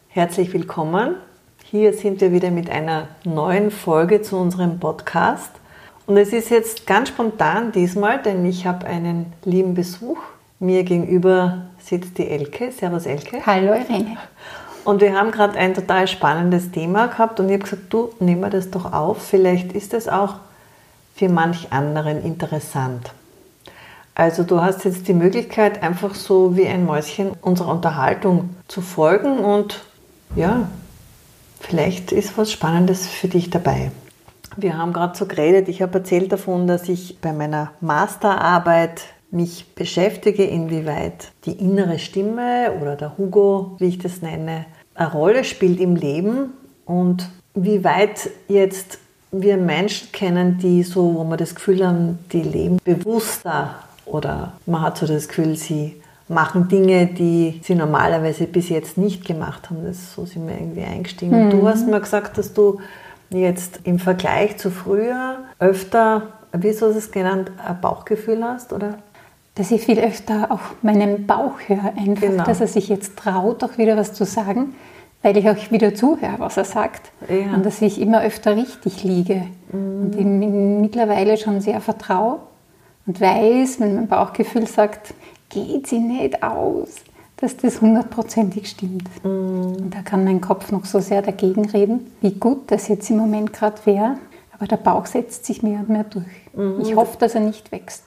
Herzlich willkommen. Hier sind wir wieder mit einer neuen Folge zu unserem Podcast. Und es ist jetzt ganz spontan diesmal, denn ich habe einen lieben Besuch. Mir gegenüber sitzt die Elke. Servus Elke. Hallo Irene. Und wir haben gerade ein total spannendes Thema gehabt und ich habe gesagt, du, nehmen wir das doch auf. Vielleicht ist es auch für manch anderen interessant. Also du hast jetzt die Möglichkeit, einfach so wie ein Mäuschen unserer Unterhaltung zu folgen und ja, vielleicht ist was Spannendes für dich dabei. Wir haben gerade so geredet, ich habe erzählt davon, dass ich bei meiner Masterarbeit mich beschäftige, inwieweit die innere Stimme oder der Hugo, wie ich das nenne, eine Rolle spielt im Leben und wie weit jetzt wir Menschen kennen, die so, wo wir das Gefühl haben, die leben bewusster oder man hat so das Gefühl, sie machen Dinge, die sie normalerweise bis jetzt nicht gemacht haben. So sind wir irgendwie eingestiegen. Und du hast mir gesagt, dass du jetzt im Vergleich zu früher öfter, wie hast du es genannt, ein Bauchgefühl hast, oder? Dass ich viel öfter auch meinen Bauch höre, einfach, genau. Dass er sich jetzt traut, auch wieder was zu sagen, weil ich auch wieder zuhöre, was er sagt. Ja. Und dass ich immer öfter richtig liege und ihm mittlerweile schon sehr vertraue und weiß, wenn mein Bauchgefühl sagt, geht sie nicht aus, dass das 100%ig stimmt. Und da kann mein Kopf noch so sehr dagegen reden, wie gut das jetzt im Moment gerade wäre. Aber der Bauch setzt sich mehr und mehr durch. Ich hoffe, dass er nicht wächst.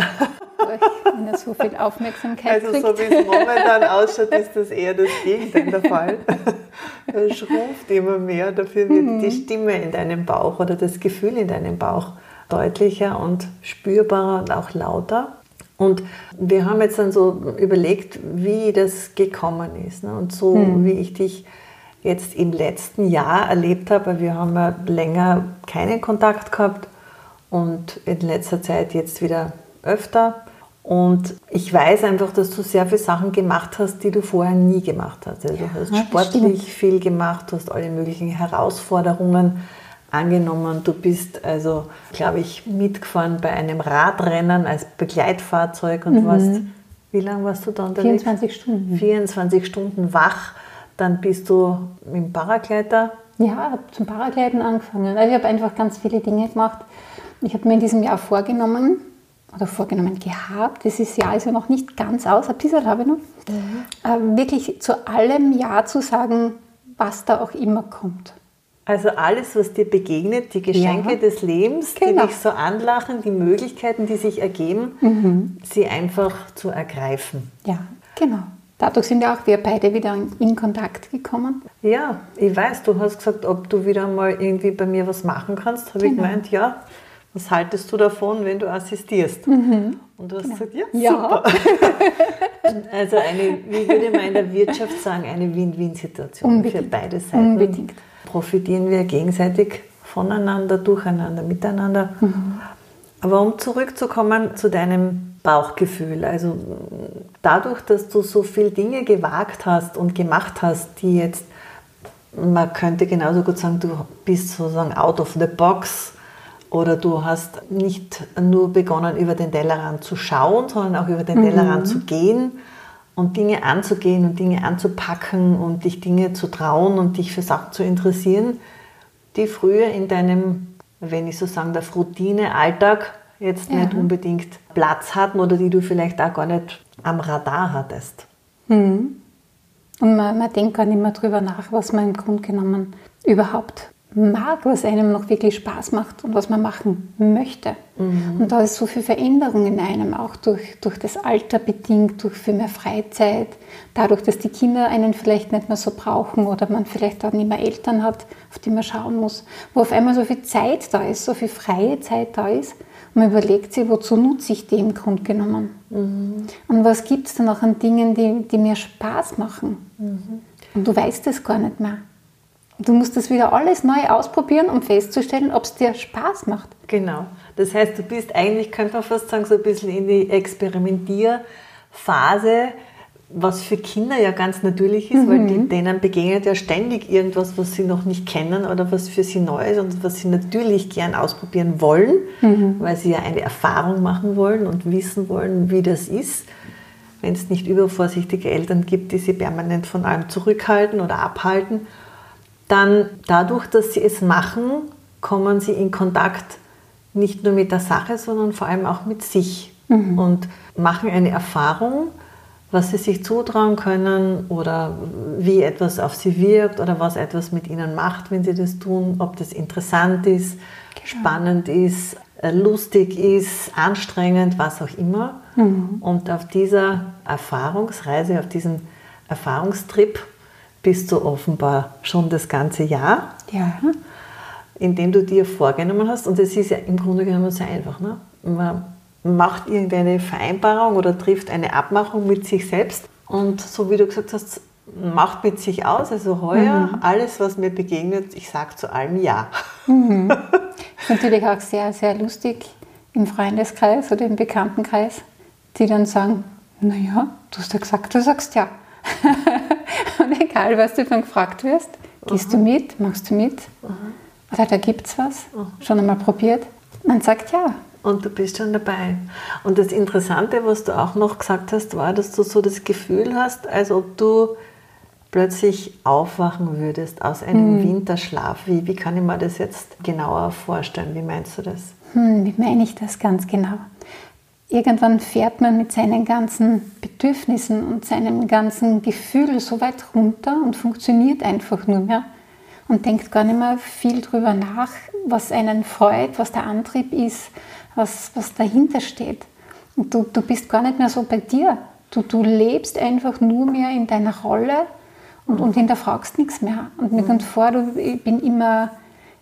Wenn er so viel Aufmerksamkeit kriegt. Also so wie es momentan ausschaut, ist das eher das Gegenteil der Fall. Er schrumpft immer mehr, dafür wird die Stimme in deinem Bauch oder das Gefühl in deinem Bauch deutlicher und spürbarer und auch lauter. Und wir haben jetzt dann so überlegt, wie das gekommen ist. Ne? Und so wie ich dich jetzt im letzten Jahr erlebt habe, weil wir haben ja länger keinen Kontakt gehabt und in letzter Zeit jetzt wieder öfter. Und ich weiß einfach, dass du sehr viele Sachen gemacht hast, die du vorher nie gemacht hast. Also du hast sportlich viel gemacht, du hast alle möglichen Herausforderungen angenommen. Du bist also, glaube ich, mitgefahren bei einem Radrennen als Begleitfahrzeug und warst, wie lange warst du da unterwegs? 24 Stunden. 24 Stunden wach. Dann bist du mit dem Paragleiter. Ja, ich habe zum Paragleiten angefangen. Also ich habe einfach ganz viele Dinge gemacht. Ich habe mir in diesem Jahr vorgenommen gehabt, dieses Jahr ist ja noch nicht ganz aus, ein bisschen habe ich noch, wirklich zu allem Ja zu sagen, was da auch immer kommt. Also alles, was dir begegnet, die Geschenke des Lebens, die dich so anlachen, die Möglichkeiten, die sich ergeben, sie einfach zu ergreifen. Ja, genau. Dadurch sind ja auch wir beide wieder in Kontakt gekommen. Ja, ich weiß, du hast gesagt, ob du wieder mal irgendwie bei mir was machen kannst. Habe ich gemeint, ja. Was haltest du davon, wenn du assistierst? Und du hast gesagt, ja, super. Also wie würde man in der Wirtschaft sagen, eine Win-Win-Situation für beide Seiten. Unbedingt. Profitieren wir gegenseitig voneinander, durcheinander, miteinander. Aber um zurückzukommen zu deinem Bauchgefühl, also dadurch, dass du so viele Dinge gewagt hast und gemacht hast, die jetzt, man könnte genauso gut sagen, du bist sozusagen out of the box, oder du hast nicht nur begonnen, über den Tellerrand zu schauen, sondern auch über den Tellerrand zu gehen und Dinge anzugehen und Dinge anzupacken und dich Dinge zu trauen und dich für Sachen zu interessieren, die früher in deinem, wenn ich so sagen darf, Routine-Alltag jetzt nicht unbedingt Platz hatten oder die du vielleicht auch gar nicht am Radar hattest. Und man denkt gar nicht mehr drüber nach, was man im Grunde genommen überhaupt mag, was einem noch wirklich Spaß macht und was man machen möchte. Und da ist so viel Veränderung in einem, auch durch das Alter bedingt, durch viel mehr Freizeit, dadurch, dass die Kinder einen vielleicht nicht mehr so brauchen oder man vielleicht auch nicht mehr Eltern hat, auf die man schauen muss, wo auf einmal so viel Zeit da ist, so viel freie Zeit da ist und man überlegt sich, wozu nutze ich die im Grunde genommen? Und was gibt es dann auch an Dingen, die mir Spaß machen? Und du weißt es gar nicht mehr. Du musst das wieder alles neu ausprobieren, um festzustellen, ob es dir Spaß macht. Genau. Das heißt, du bist eigentlich, könnte man fast sagen, so ein bisschen in die Experimentierphase, was für Kinder ja ganz natürlich ist, weil denen begegnet ja ständig irgendwas, was sie noch nicht kennen oder was für sie neu ist und was sie natürlich gern ausprobieren wollen, weil sie ja eine Erfahrung machen wollen und wissen wollen, wie das ist. wenn es nicht übervorsichtige Eltern gibt, die sie permanent von allem zurückhalten oder abhalten, dann dadurch, dass sie es machen, kommen sie in Kontakt nicht nur mit der Sache, sondern vor allem auch mit sich und machen eine Erfahrung, was sie sich zutrauen können oder wie etwas auf sie wirkt oder was etwas mit ihnen macht, wenn sie das tun, ob das interessant ist, spannend ist, lustig ist, anstrengend, was auch immer. Und auf dieser Erfahrungsreise, auf diesem Erfahrungstrip bist du offenbar schon das ganze Jahr, indem du dir vorgenommen hast, und das ist ja im Grunde genommen sehr einfach, ne? Man macht irgendeine Vereinbarung oder trifft eine Abmachung mit sich selbst und so wie du gesagt hast, macht mit sich aus, also heuer alles, was mir begegnet, ich sage zu allem Ja. Ist natürlich auch sehr, sehr lustig im Freundeskreis oder im Bekanntenkreis, die dann sagen, naja, du hast ja gesagt, du sagst ja. Und egal, was du dann gefragt wirst, gehst du mit, machst du mit? Oder da gibt es was, schon einmal probiert? Man sagt ja. Und du bist schon dabei. Und das Interessante, was du auch noch gesagt hast, war, dass du so das Gefühl hast, als ob du plötzlich aufwachen würdest aus einem Winterschlaf. Wie kann ich mir das jetzt genauer vorstellen? Wie meinst du das? Wie meine ich das ganz genau? Irgendwann fährt man mit seinen ganzen Bedürfnissen und seinem ganzen Gefühl so weit runter und funktioniert einfach nur mehr und denkt gar nicht mehr viel drüber nach, was einen freut, was der Antrieb ist, was dahinter steht. Und du bist gar nicht mehr so bei dir. Du lebst einfach nur mehr in deiner Rolle und hinterfragst nichts mehr. Und mir kommt vor, ich bin immer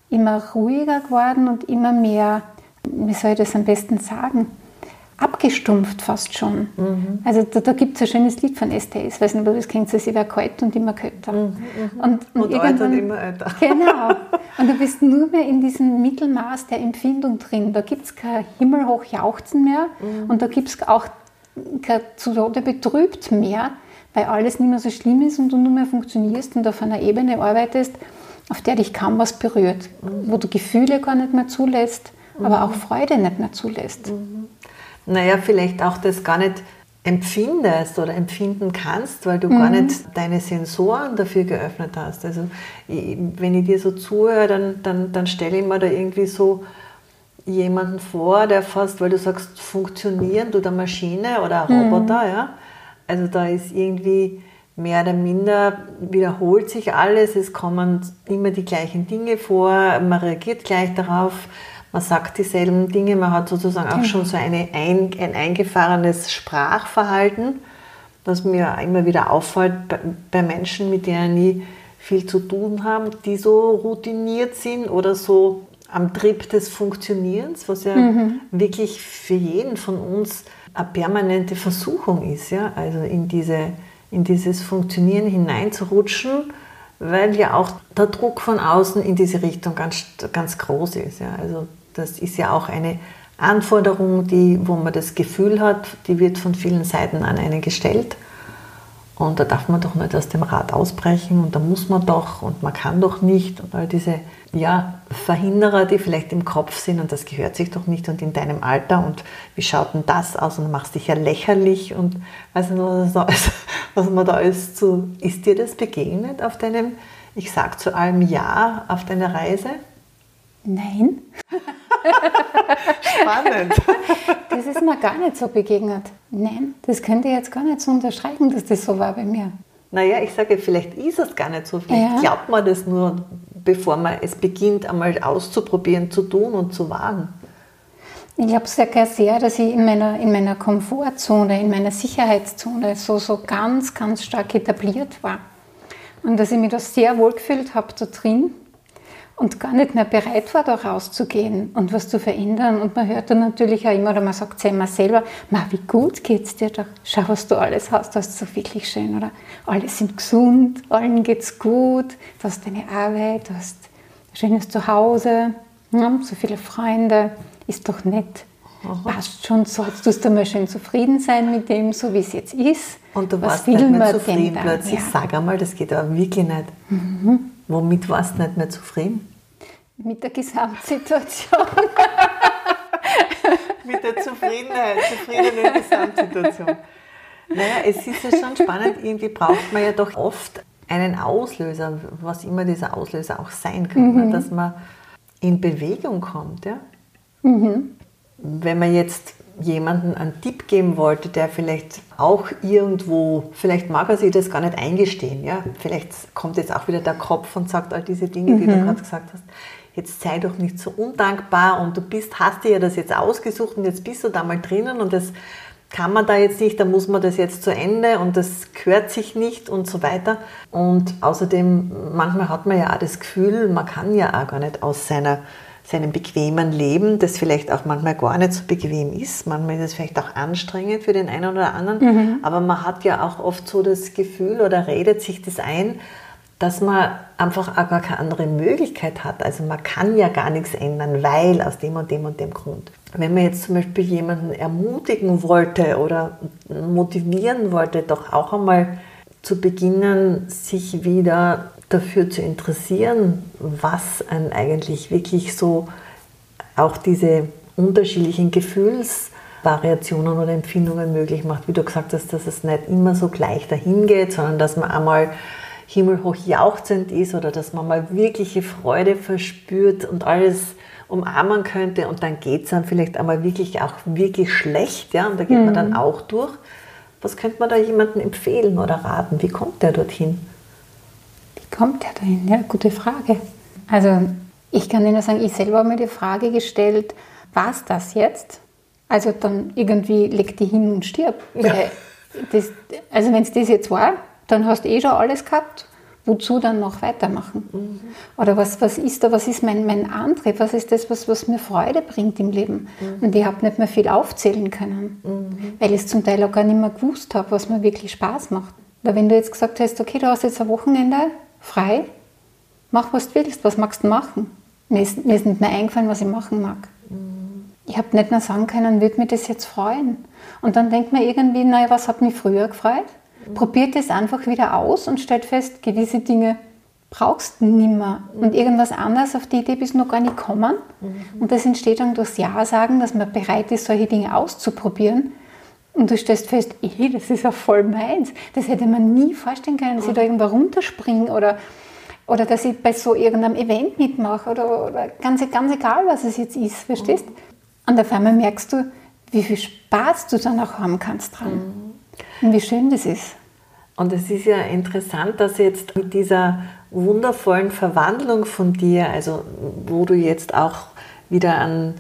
ruhiger geworden und immer mehr, wie soll ich das am besten sagen, abgestumpft fast schon. Also da gibt es ein schönes Lied von STS, ich weiß nicht, ob du das kennst, sie war kalt und immer kälter. Und irgendwann immer älter. Genau. Und du bist nur mehr in diesem Mittelmaß der Empfindung drin. Da gibt es kein himmelhoch Jauchzen mehr und da gibt es auch kein zu Tode betrübt mehr, weil alles nicht mehr so schlimm ist und du nur mehr funktionierst und auf einer Ebene arbeitest, auf der dich kaum was berührt, wo du Gefühle gar nicht mehr zulässt, aber auch Freude nicht mehr zulässt. Naja, vielleicht auch das gar nicht empfindest oder empfinden kannst, weil du gar nicht deine Sensoren dafür geöffnet hast. Also wenn ich dir so zuhöre, dann stelle ich mir da irgendwie so jemanden vor, der fast, weil du sagst, funktionieren, du der Maschine oder ein Roboter, ja. Also da ist irgendwie mehr oder minder, wiederholt sich alles, es kommen immer die gleichen Dinge vor, man reagiert gleich darauf, man sagt dieselben Dinge, man hat sozusagen auch schon so ein eingefahrenes Sprachverhalten, das mir immer wieder auffällt bei Menschen, mit denen ich viel zu tun habe, die so routiniert sind oder so am Trip des Funktionierens, was ja wirklich für jeden von uns eine permanente Versuchung ist, ja? Also in dieses Funktionieren hineinzurutschen, weil ja auch der Druck von außen in diese Richtung ganz, ganz groß ist. Ja? Also das ist ja auch eine Anforderung, wo man das Gefühl hat, die wird von vielen Seiten an einen gestellt. Und da darf man doch nicht aus dem Rad ausbrechen und da muss man doch und man kann doch nicht. Und all diese Verhinderer, die vielleicht im Kopf sind und das gehört sich doch nicht und in deinem Alter und wie schaut denn das aus und du machst dich ja lächerlich und weiß nicht, was man da alles zu... Ist dir das begegnet auf deinem, ich sag zu allem Ja, auf deiner Reise? Nein. Spannend. Das ist mir gar nicht so begegnet. Nein, das könnte ich jetzt gar nicht so unterstreichen, dass das so war bei mir. Naja, ich sage, vielleicht ist es gar nicht so. Vielleicht glaubt man das nur, bevor man es beginnt, einmal auszuprobieren, zu tun und zu wagen. Ich glaube sehr, dass ich in meiner Komfortzone, in meiner Sicherheitszone so ganz, ganz stark etabliert war. Und dass ich mich da sehr wohl gefühlt habe da drin. Und gar nicht mehr bereit war, da rauszugehen und was zu verändern. Und man hört dann natürlich auch immer, oder man sagt es immer selber, wie gut geht's dir da? Schau, was du alles hast, das ist so wirklich schön. Oder alle sind gesund, allen geht's gut, du hast deine Arbeit, du hast ein schönes Zuhause, so viele Freunde, ist doch nett. Passt schon so, jetzt tust du mal schön zufrieden sein mit dem, so wie es jetzt ist. Und du warst nicht mehr zufrieden plötzlich. Sag einmal, das geht aber wirklich nicht. Womit warst du nicht mehr zufrieden? Mit der Gesamtsituation. Mit der zufriedenen Gesamtsituation. Naja, es ist ja schon spannend, irgendwie braucht man ja doch oft einen Auslöser, was immer dieser Auslöser auch sein kann, dass man in Bewegung kommt. Ja? Wenn man jetzt jemanden einen Tipp geben wollte, der vielleicht auch irgendwo, vielleicht mag er sich das gar nicht eingestehen, ja? Vielleicht kommt jetzt auch wieder der Kopf und sagt all diese Dinge, die du gerade gesagt hast, jetzt sei doch nicht so undankbar und hast dir ja das jetzt ausgesucht und jetzt bist du da mal drinnen und das kann man da jetzt nicht, da muss man das jetzt zu Ende und das gehört sich nicht und so weiter. Und außerdem, manchmal hat man ja auch das Gefühl, man kann ja auch gar nicht aus seinem bequemen Leben, das vielleicht auch manchmal gar nicht so bequem ist. Manchmal ist es vielleicht auch anstrengend für den einen oder anderen. Aber man hat ja auch oft so das Gefühl oder redet sich das ein, dass man einfach auch gar keine andere Möglichkeit hat. Also man kann ja gar nichts ändern, weil aus dem und dem und dem Grund. Wenn man jetzt zum Beispiel jemanden ermutigen wollte oder motivieren wollte, doch auch einmal zu beginnen, sich wieder dafür zu interessieren, was einen eigentlich wirklich so auch diese unterschiedlichen Gefühlsvariationen oder Empfindungen möglich macht, wie du gesagt hast, dass es nicht immer so gleich dahin geht, sondern dass man einmal himmelhoch jauchzend ist oder dass man mal wirkliche Freude verspürt und alles umarmen könnte und dann geht es dann vielleicht einmal wirklich auch wirklich schlecht, ja, und da geht man dann auch durch. Was könnte man da jemandem empfehlen oder raten? Wie kommt der dorthin? Wie kommt der dahin? Ja, gute Frage. Also ich kann Ihnen sagen, ich selber habe mir die Frage gestellt, war es das jetzt? Also dann irgendwie leg dich hin und stirb. Ja. Also wenn es das jetzt war, dann hast du schon alles gehabt. Wozu dann noch weitermachen? Oder was ist da, was ist mein Antrieb? Was ist das, was mir Freude bringt im Leben? Und ich habe nicht mehr viel aufzählen können, weil ich es zum Teil auch gar nicht mehr gewusst habe, was mir wirklich Spaß macht. Oder wenn du jetzt gesagt hast, okay, du hast jetzt ein Wochenende frei, mach was du willst, was magst du machen? Mir ist nicht mehr eingefallen, was ich machen mag. Ich habe nicht mehr sagen können, würde mich das jetzt freuen? Und dann denkt man irgendwie, naja, was hat mich früher gefreut? Probiert es einfach wieder aus und stellt fest, gewisse Dinge brauchst du nicht mehr. Und irgendwas anderes, auf die Idee bist du noch gar nicht gekommen. Und das entsteht dann durchs Ja sagen, dass man bereit ist, solche Dinge auszuprobieren. Und du stellst fest, das ist ja voll meins. Das hätte man nie vorstellen können, dass ich da irgendwo runterspringe oder dass ich bei so irgendeinem Event mitmache oder ganz egal, was es jetzt ist, verstehst? Und auf einmal merkst du, wie viel Spaß du dann auch haben kannst dran. Und wie schön das ist. Und es ist ja interessant, dass jetzt mit dieser wundervollen Verwandlung von dir, also wo du jetzt auch wieder einen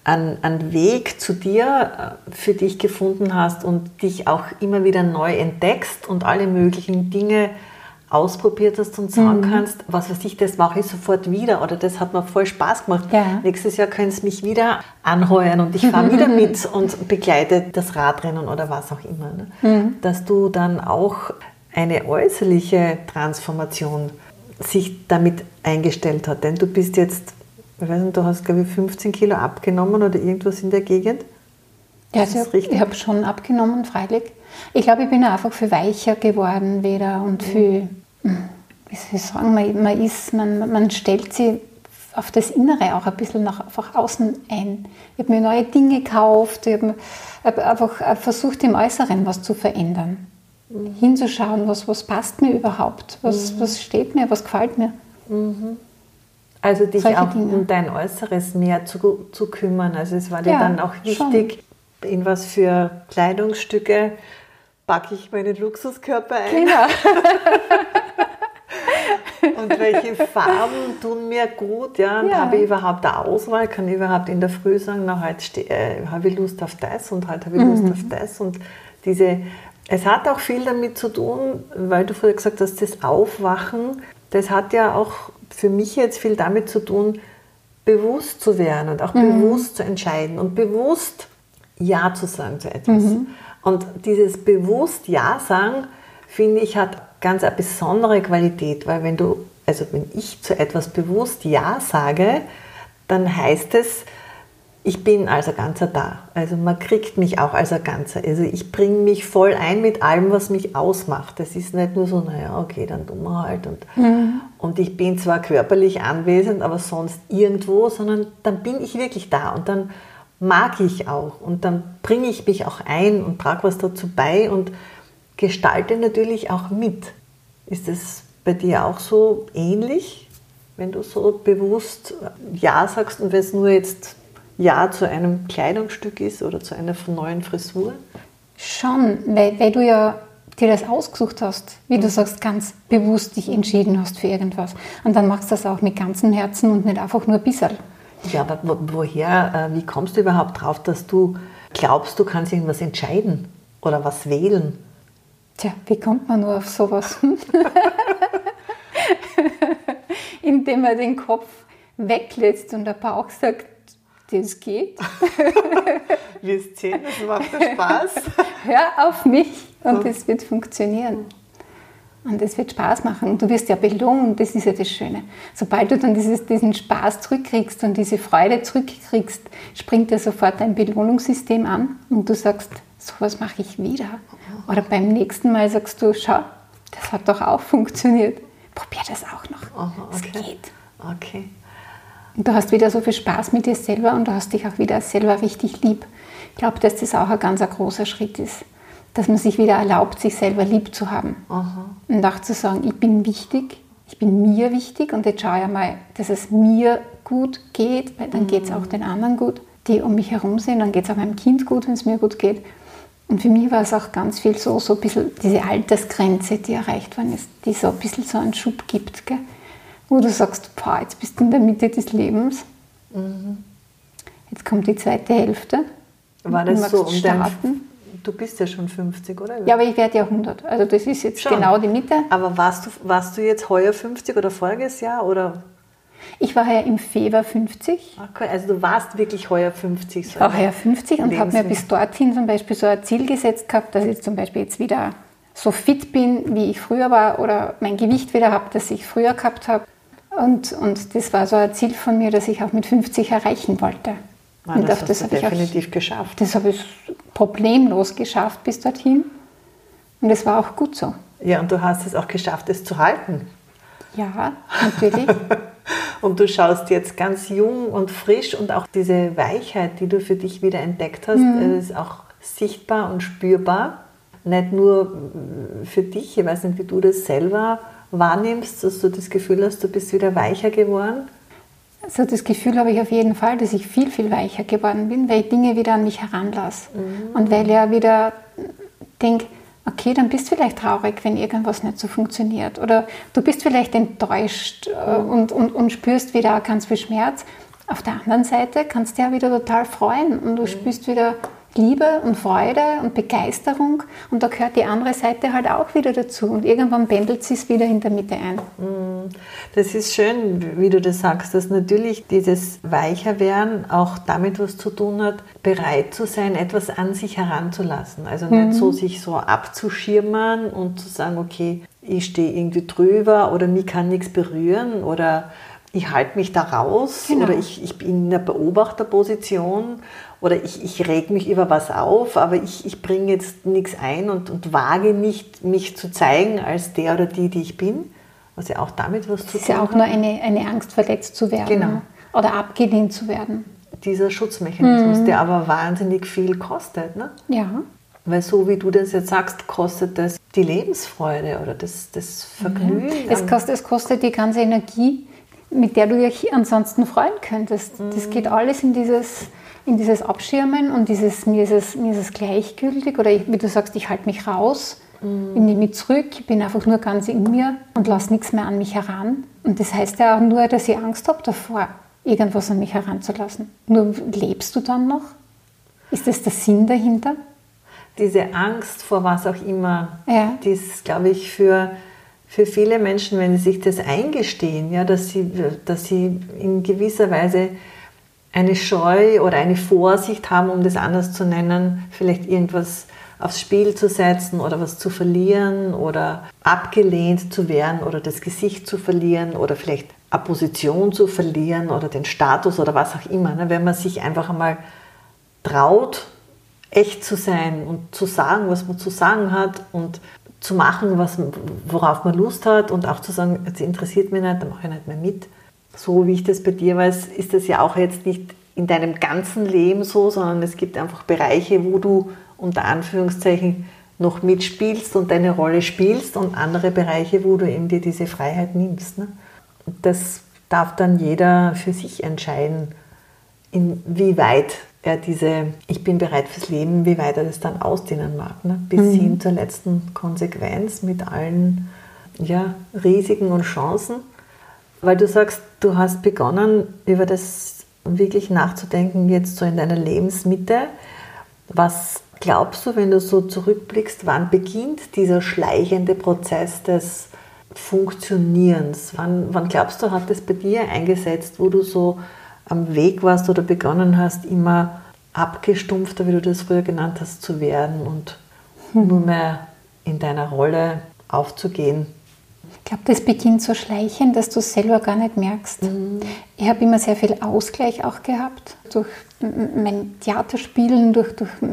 Weg zu dir für dich gefunden hast und dich auch immer wieder neu entdeckst und alle möglichen Dinge ausprobiert hast und sagen kannst, was weiß ich, das mache ich sofort wieder oder das hat mir voll Spaß gemacht. Ja. Nächstes Jahr können Sie mich wieder anheuern und ich fahre wieder mit und begleite das Radrennen oder was auch immer. Ne? Dass du dann auch eine äußerliche Transformation sich damit eingestellt hat. Denn du bist jetzt, ich weiß nicht, du hast glaube ich 15 Kilo abgenommen oder irgendwas in der Gegend. Ja, also ich habe schon abgenommen, freilich. Ich glaube, ich bin einfach viel weicher geworden wieder und viel, wie soll ich sagen, man stellt sich auf das Innere auch ein bisschen nach außen ein. Ich habe mir neue Dinge gekauft, ich habe einfach versucht, im Äußeren was zu verändern. Hinzuschauen, was passt mir überhaupt, was steht mir, was gefällt mir. Also dich solche auch Dinge. Um dein Äußeres mehr zu kümmern. Also es war dir dann auch wichtig, schon. In was für Kleidungsstücke packe ich meinen Luxuskörper ein. Genau. Und welche Farben tun mir gut, ja, und habe ich überhaupt eine Auswahl, kann ich überhaupt in der Früh sagen, na, heute habe ich Lust auf das und heute habe ich Lust auf das und es hat auch viel damit zu tun, weil du vorher gesagt hast, das Aufwachen, das hat ja auch für mich jetzt viel damit zu tun, bewusst zu werden und auch bewusst zu entscheiden und bewusst Ja zu sagen zu etwas. Und dieses bewusst Ja sagen, finde ich, hat ganz eine besondere Qualität, weil wenn ich zu etwas bewusst Ja sage, dann heißt es, ich bin als ein Ganzer da. Also man kriegt mich auch als ein Ganzer. Also ich bringe mich voll ein mit allem, was mich ausmacht. Das ist nicht nur so, naja, okay, dann tun wir halt. Und ich bin zwar körperlich anwesend, aber sonst irgendwo, sondern dann bin ich wirklich da und dann mag ich auch und dann bringe ich mich auch ein und trage was dazu bei und gestalte natürlich auch mit. Ist es bei dir auch so ähnlich, wenn du so bewusst Ja sagst und wenn es nur jetzt Ja zu einem Kleidungsstück ist oder zu einer neuen Frisur? Schon, weil du ja dir das ausgesucht hast, wie du sagst, ganz bewusst dich entschieden hast für irgendwas. Und dann machst du das auch mit ganzem Herzen und nicht einfach nur ein bisschen. Ja, aber woher, wie kommst du überhaupt drauf, dass du glaubst, du kannst irgendwas entscheiden oder was wählen? Tja, wie kommt man nur auf sowas? Indem man den Kopf weglässt und der Bauch sagt, das geht. Wir sehen, das macht dir Spaß. Hör auf mich und es wird funktionieren. Und es wird Spaß machen. Und du wirst ja belohnt, das ist ja das Schöne. Sobald du dann diesen Spaß zurückkriegst und diese Freude zurückkriegst, springt ja sofort dein Belohnungssystem an und du sagst, sowas mache ich wieder. Oder beim nächsten Mal sagst du, schau, das hat doch auch funktioniert. Probier das auch noch. Es geht. Okay. Und du hast wieder so viel Spaß mit dir selber und du hast dich auch wieder selber richtig lieb. Ich glaube, dass das auch ein ganz großer Schritt ist. Dass man sich wieder erlaubt, sich selber lieb zu haben. Und auch zu sagen, ich bin wichtig, ich bin mir wichtig und jetzt schaue ich mal, dass es mir gut geht, weil dann geht es auch den anderen gut, die um mich herum sind. Dann geht es auch meinem Kind gut, wenn es mir gut geht. Und für mich war es auch ganz viel so ein bisschen diese Altersgrenze, die erreicht worden ist, die so ein bisschen so einen Schub gibt, gell? Wo du sagst, boah, jetzt bist du in der Mitte des Lebens. Jetzt kommt die zweite Hälfte. War das so starten? Du bist ja schon 50, oder? Ja, aber ich werde ja 100. Also das ist jetzt schon genau die Mitte. Aber warst du jetzt heuer 50 oder voriges Jahr? Oder? Ich war ja im Februar 50. Okay, also du warst wirklich heuer 50. Ich war heuer 50 und habe mir bis dorthin zum Beispiel so ein Ziel gesetzt gehabt, dass ich zum Beispiel jetzt wieder so fit bin, wie ich früher war oder mein Gewicht wieder habe, das ich früher gehabt habe. Und das war so ein Ziel von mir, das ich auch mit 50 erreichen wollte. Und das hast du definitiv geschafft. Das habe ich problemlos geschafft bis dorthin. Und es war auch gut so. Ja, und du hast es auch geschafft, es zu halten. Ja, natürlich. Und du schaust jetzt ganz jung und frisch und auch diese Weichheit, die du für dich wieder entdeckt hast, ist auch sichtbar und spürbar. Nicht nur für dich, ich weiß nicht, wie du das selber wahrnimmst, dass du das Gefühl hast, du bist wieder weicher geworden. Also das Gefühl habe ich auf jeden Fall, dass ich viel, viel weicher geworden bin, weil ich Dinge wieder an mich heranlasse. Und weil ich ja wieder denke, okay, dann bist du vielleicht traurig, wenn irgendwas nicht so funktioniert. Oder du bist vielleicht enttäuscht und spürst wieder ganz viel Schmerz. Auf der anderen Seite kannst du ja wieder total freuen und du spürst wieder Liebe und Freude und Begeisterung und da gehört die andere Seite halt auch wieder dazu und irgendwann pendelt sie es wieder in der Mitte ein. Das ist schön, wie du das sagst, dass natürlich dieses Weicherwerden auch damit was zu tun hat, bereit zu sein, etwas an sich heranzulassen. Also nicht so sich so abzuschirmen und zu sagen, okay, ich stehe irgendwie drüber oder mich kann nichts berühren oder ich halte mich da raus oder ich bin in einer Beobachterposition oder ich reg mich über was auf, aber ich bringe jetzt nichts ein und wage nicht, mich zu zeigen als der oder die ich bin, was ja auch damit was zu tun hat. Es ist ja auch nur eine Angst, verletzt zu werden oder abgelehnt zu werden. Dieser Schutzmechanismus, der aber wahnsinnig viel kostet, ne? Ja. Weil so wie du das jetzt sagst, kostet das die Lebensfreude oder das Vergnügen. Es kostet die ganze Energie, mit der du dich ansonsten freuen könntest. Das geht alles in dieses Abschirmen und mir ist es gleichgültig oder wie du sagst, ich halte mich raus, ich nehme mich zurück, ich bin einfach nur ganz in mir und lasse nichts mehr an mich heran. Und das heißt ja auch nur, dass ich Angst habe davor, irgendwas an mich heranzulassen. Nur lebst du dann noch? Ist das der Sinn dahinter? Diese Angst vor was auch immer, die ist, glaube ich, für viele Menschen, wenn sie sich das eingestehen, ja, dass sie in gewisser Weise eine Scheu oder eine Vorsicht haben, um das anders zu nennen, vielleicht irgendwas aufs Spiel zu setzen oder was zu verlieren oder abgelehnt zu werden oder das Gesicht zu verlieren oder vielleicht eine Position zu verlieren oder den Status oder was auch immer. Ne? Wenn man sich einfach einmal traut, echt zu sein und zu sagen, was man zu sagen hat und zu machen, worauf man Lust hat und auch zu sagen, das interessiert mich nicht, dann mache ich nicht mehr mit. So wie ich das bei dir weiß, ist das ja auch jetzt nicht in deinem ganzen Leben so, sondern es gibt einfach Bereiche, wo du unter Anführungszeichen noch mitspielst und deine Rolle spielst und andere Bereiche, wo du eben dir diese Freiheit nimmst. Ne? Das darf dann jeder für sich entscheiden, inwieweit er diese Ich bin bereit fürs Leben, wie weit er das dann ausdehnen mag. Ne? Bis hin zur letzten Konsequenz mit allen Risiken und Chancen. Weil du sagst, du hast begonnen, über das wirklich nachzudenken, jetzt so in deiner Lebensmitte. Was glaubst du, wenn du so zurückblickst, wann beginnt dieser schleichende Prozess des Funktionierens? Wann glaubst du, hat das bei dir eingesetzt, wo du so am Weg warst oder begonnen hast, immer abgestumpfter, wie du das früher genannt hast, zu werden und nur mehr in deiner Rolle aufzugehen? Ich glaube, das beginnt so schleichend, dass du es selber gar nicht merkst. Ich habe immer sehr viel Ausgleich auch gehabt, durch mein Theaterspielen, durch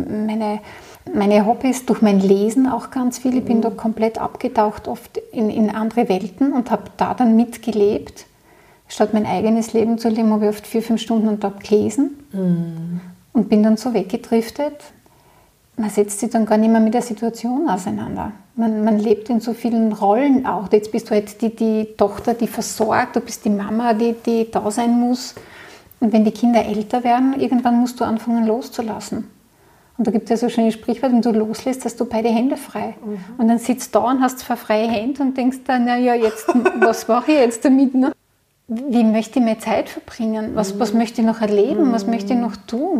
meine Hobbys, durch mein Lesen auch ganz viel. Ich bin da komplett abgetaucht, oft in andere Welten und habe da dann mitgelebt. Statt mein eigenes Leben zu leben, habe ich oft 4-5 Stunden am Tag gelesen und bin dann so weggedriftet. Man setzt sich dann gar nicht mehr mit der Situation auseinander. Man lebt in so vielen Rollen auch. Jetzt bist du halt die Tochter, die versorgt, du bist die Mama, die da sein muss. Und wenn die Kinder älter werden, irgendwann musst du anfangen loszulassen. Und da gibt es ja so schöne Sprichwörter, wenn du loslässt, hast du beide Hände frei. Und dann sitzt du da und hast zwei freie Hände und denkst dann, naja, jetzt, was mache ich jetzt damit? Ne? Wie möchte ich meine Zeit verbringen? Was möchte ich noch erleben? Was möchte ich noch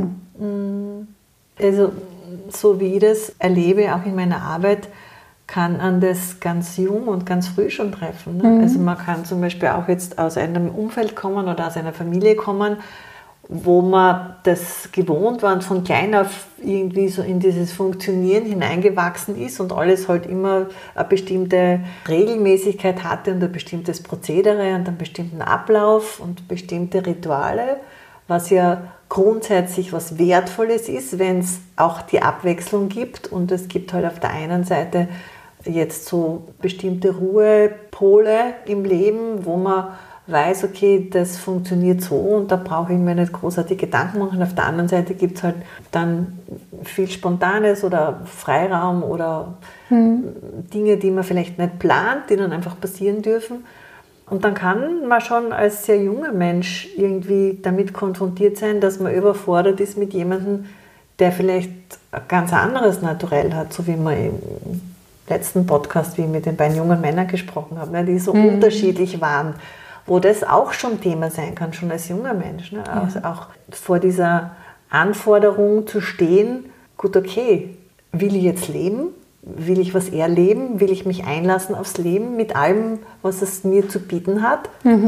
tun? Also, so wie ich das erlebe, auch in meiner Arbeit, kann an das ganz jung und ganz früh schon treffen. Ne? Also man kann zum Beispiel auch jetzt aus einem Umfeld kommen oder aus einer Familie kommen, wo man das gewohnt war und von klein auf irgendwie so in dieses Funktionieren hineingewachsen ist und alles halt immer eine bestimmte Regelmäßigkeit hatte und ein bestimmtes Prozedere und einen bestimmten Ablauf und bestimmte Rituale, was ja grundsätzlich was Wertvolles ist, wenn es auch die Abwechslung gibt und es gibt halt auf der einen Seite jetzt so bestimmte Ruhepole im Leben, wo man weiß, okay, das funktioniert so und da brauche ich mir nicht großartig Gedanken machen. Auf der anderen Seite gibt es halt dann viel Spontanes oder Freiraum oder Dinge, die man vielleicht nicht plant, die dann einfach passieren dürfen. Und dann kann man schon als sehr junger Mensch irgendwie damit konfrontiert sein, dass man überfordert ist mit jemandem, der vielleicht ein ganz anderes Naturell hat, so wie wir im letzten Podcast, wie ich mit den beiden jungen Männern gesprochen habe, ne, die so unterschiedlich waren, wo das auch schon Thema sein kann, schon als junger Mensch. Ne? Also auch vor dieser Anforderung zu stehen, gut, okay, will ich jetzt leben? Will ich was erleben? Will ich mich einlassen aufs Leben mit allem, was es mir zu bieten hat?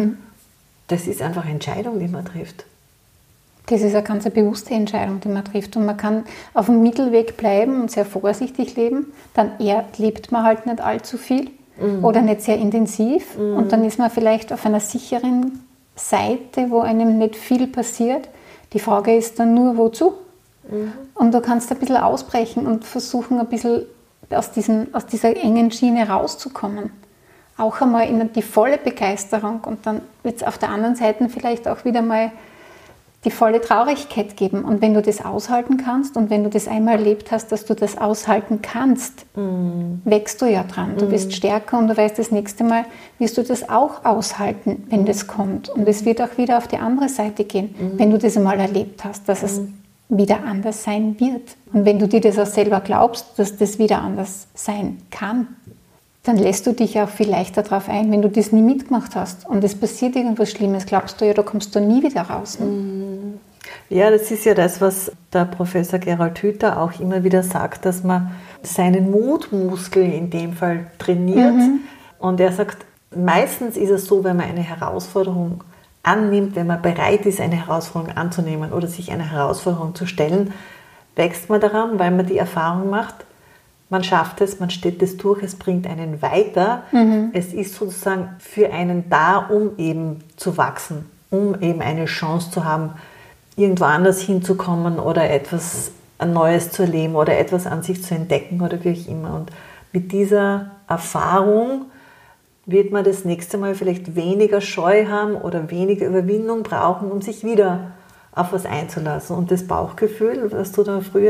Das ist einfach eine Entscheidung, die man trifft. Das ist eine ganz bewusste Entscheidung, die man trifft. Und man kann auf dem Mittelweg bleiben und sehr vorsichtig leben. Dann lebt man halt nicht allzu viel oder nicht sehr intensiv. Und dann ist man vielleicht auf einer sicheren Seite, wo einem nicht viel passiert. Die Frage ist dann nur, wozu? Und du kannst ein bisschen ausbrechen und versuchen, ein bisschen aus dieser engen Schiene rauszukommen. Auch einmal in die volle Begeisterung und dann wird es auf der anderen Seite vielleicht auch wieder mal die volle Traurigkeit geben. Und wenn du das aushalten kannst und wenn du das einmal erlebt hast, dass du das aushalten kannst, wächst du ja dran. Du bist stärker und du weißt, das nächste Mal wirst du das auch aushalten, wenn das kommt. Und es wird auch wieder auf die andere Seite gehen, wenn du das einmal erlebt hast, dass es wieder anders sein wird. Und wenn du dir das auch selber glaubst, dass das wieder anders sein kann, dann lässt du dich auch viel leichter darauf ein, wenn du das nie mitgemacht hast und es passiert irgendwas Schlimmes, glaubst du ja, da kommst du nie wieder raus. Ne? Ja, das ist ja das, was der Professor Gerald Hüther auch immer wieder sagt, dass man seinen Mutmuskel in dem Fall trainiert. Und er sagt, meistens ist es so, wenn man eine Herausforderung annimmt, wenn man bereit ist, eine Herausforderung anzunehmen oder sich einer Herausforderung zu stellen, wächst man daran, weil man die Erfahrung macht, man schafft es, man steht es durch, es bringt einen weiter. Es ist sozusagen für einen da, um eben zu wachsen, um eben eine Chance zu haben, irgendwo anders hinzukommen oder etwas Neues zu erleben oder etwas an sich zu entdecken oder wie auch immer. Und mit dieser Erfahrung wird man das nächste Mal vielleicht weniger Scheu haben oder weniger Überwindung brauchen, um sich wieder auf was einzulassen. Und das Bauchgefühl, was du da früher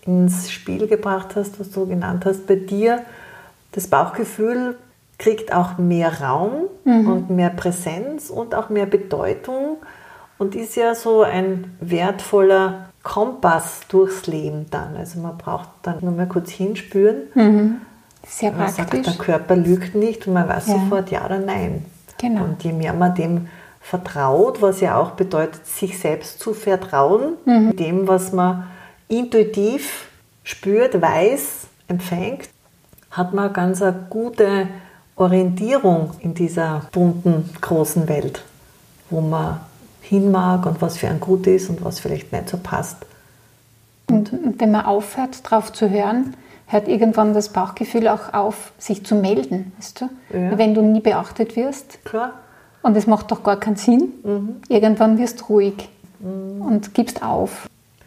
ins Spiel gebracht hast, was du genannt hast, bei dir, das Bauchgefühl kriegt auch mehr Raum und mehr Präsenz und auch mehr Bedeutung und ist ja so ein wertvoller Kompass durchs Leben dann. Also man braucht dann nur mal kurz hinspüren. Sehr man praktisch. sagt, der Körper lügt nicht und man weiß sofort ja oder nein. Genau. Und je mehr man dem vertraut, was ja auch bedeutet, sich selbst zu vertrauen, dem, was man intuitiv spürt, weiß, empfängt, hat man ganz eine gute Orientierung in dieser bunten, großen Welt, wo man hin mag und was für ein gut ist und was vielleicht nicht so passt. Und wenn man aufhört, drauf zu hören, hört irgendwann das Bauchgefühl auch auf, sich zu melden, weißt du? Ja. Wenn du nie beachtet wirst. Klar. Und es macht doch gar keinen Sinn. Irgendwann wirst du ruhig und gibst auf.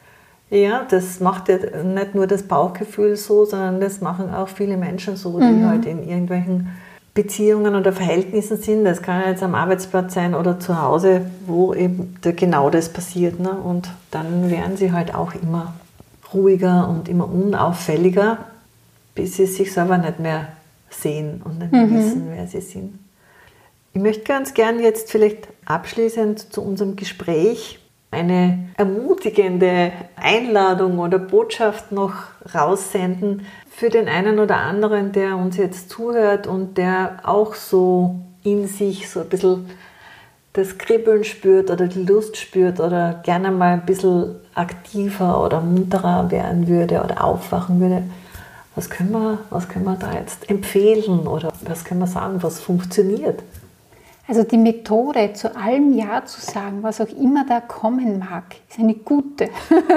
Ja, das macht ja nicht nur das Bauchgefühl so, sondern das machen auch viele Menschen so, die halt in irgendwelchen Beziehungen oder Verhältnissen sind. Das kann ja jetzt am Arbeitsplatz sein oder zu Hause, wo eben genau das passiert. Ne? Und dann werden sie halt auch immer ruhiger und immer unauffälliger, bis sie sich selber nicht mehr sehen und nicht mehr wissen, wer sie sind. Ich möchte ganz gern jetzt vielleicht abschließend zu unserem Gespräch eine ermutigende Einladung oder Botschaft noch raussenden für den einen oder anderen, der uns jetzt zuhört und der auch so in sich so ein bisschen das Kribbeln spürt oder die Lust spürt oder gerne mal ein bisschen aktiver oder munterer werden würde oder aufwachen würde. Was können wir da jetzt empfehlen oder was können wir sagen, was funktioniert? Also die Methode, zu allem Ja zu sagen, was auch immer da kommen mag, ist eine gute.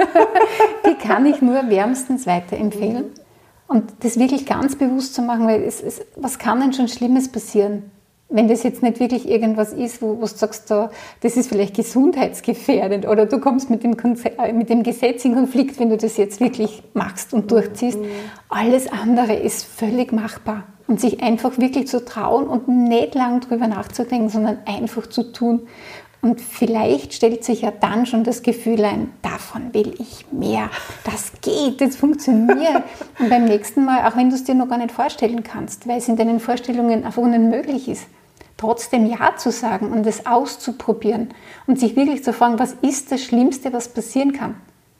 Die kann ich nur wärmstens weiterempfehlen. Und das wirklich ganz bewusst zu machen, weil was kann denn schon Schlimmes passieren? Wenn das jetzt nicht wirklich irgendwas ist, wo du sagst, das ist vielleicht gesundheitsgefährdend oder du kommst mit dem Gesetz in Konflikt, wenn du das jetzt wirklich machst und durchziehst. Alles andere ist völlig machbar. Und sich einfach wirklich zu trauen und nicht lang drüber nachzudenken, sondern einfach zu tun. Und vielleicht stellt sich ja dann schon das Gefühl ein, davon will ich mehr. Das geht, das funktioniert. Und beim nächsten Mal, auch wenn du es dir noch gar nicht vorstellen kannst, weil es in deinen Vorstellungen einfach unmöglich ist, trotzdem Ja zu sagen und es auszuprobieren und sich wirklich zu fragen, was ist das Schlimmste, was passieren kann?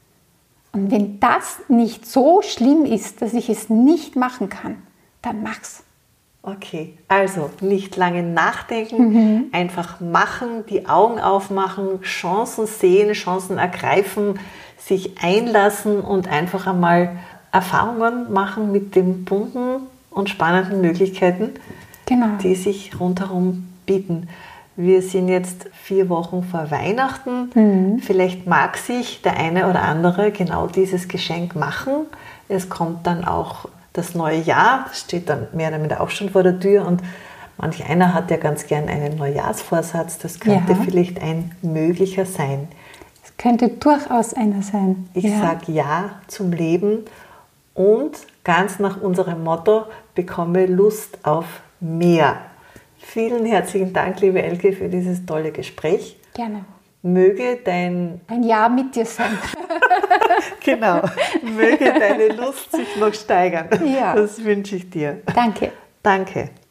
Und wenn das nicht so schlimm ist, dass ich es nicht machen kann, dann mach's. Okay, also nicht lange nachdenken, einfach machen, die Augen aufmachen, Chancen sehen, Chancen ergreifen, sich einlassen und einfach einmal Erfahrungen machen mit den bunten und spannenden Möglichkeiten, die sich rundherum bieten. Wir sind jetzt 4 Wochen vor Weihnachten. Vielleicht mag sich der eine oder andere genau dieses Geschenk machen. Es kommt dann auch das neue Jahr, das steht dann mehr oder weniger auch schon vor der Tür und manch einer hat ja ganz gern einen Neujahrsvorsatz. Das könnte vielleicht ein möglicher sein. Es könnte durchaus einer sein. Ich sage Ja zum Leben und ganz nach unserem Motto, bekomme Lust auf mehr. Vielen herzlichen Dank, liebe Elke, für dieses tolle Gespräch. Gerne. Möge ein Ja mit dir sein. Genau, möge deine Lust sich noch steigern. Ja. Das wünsche ich dir. Danke. Danke.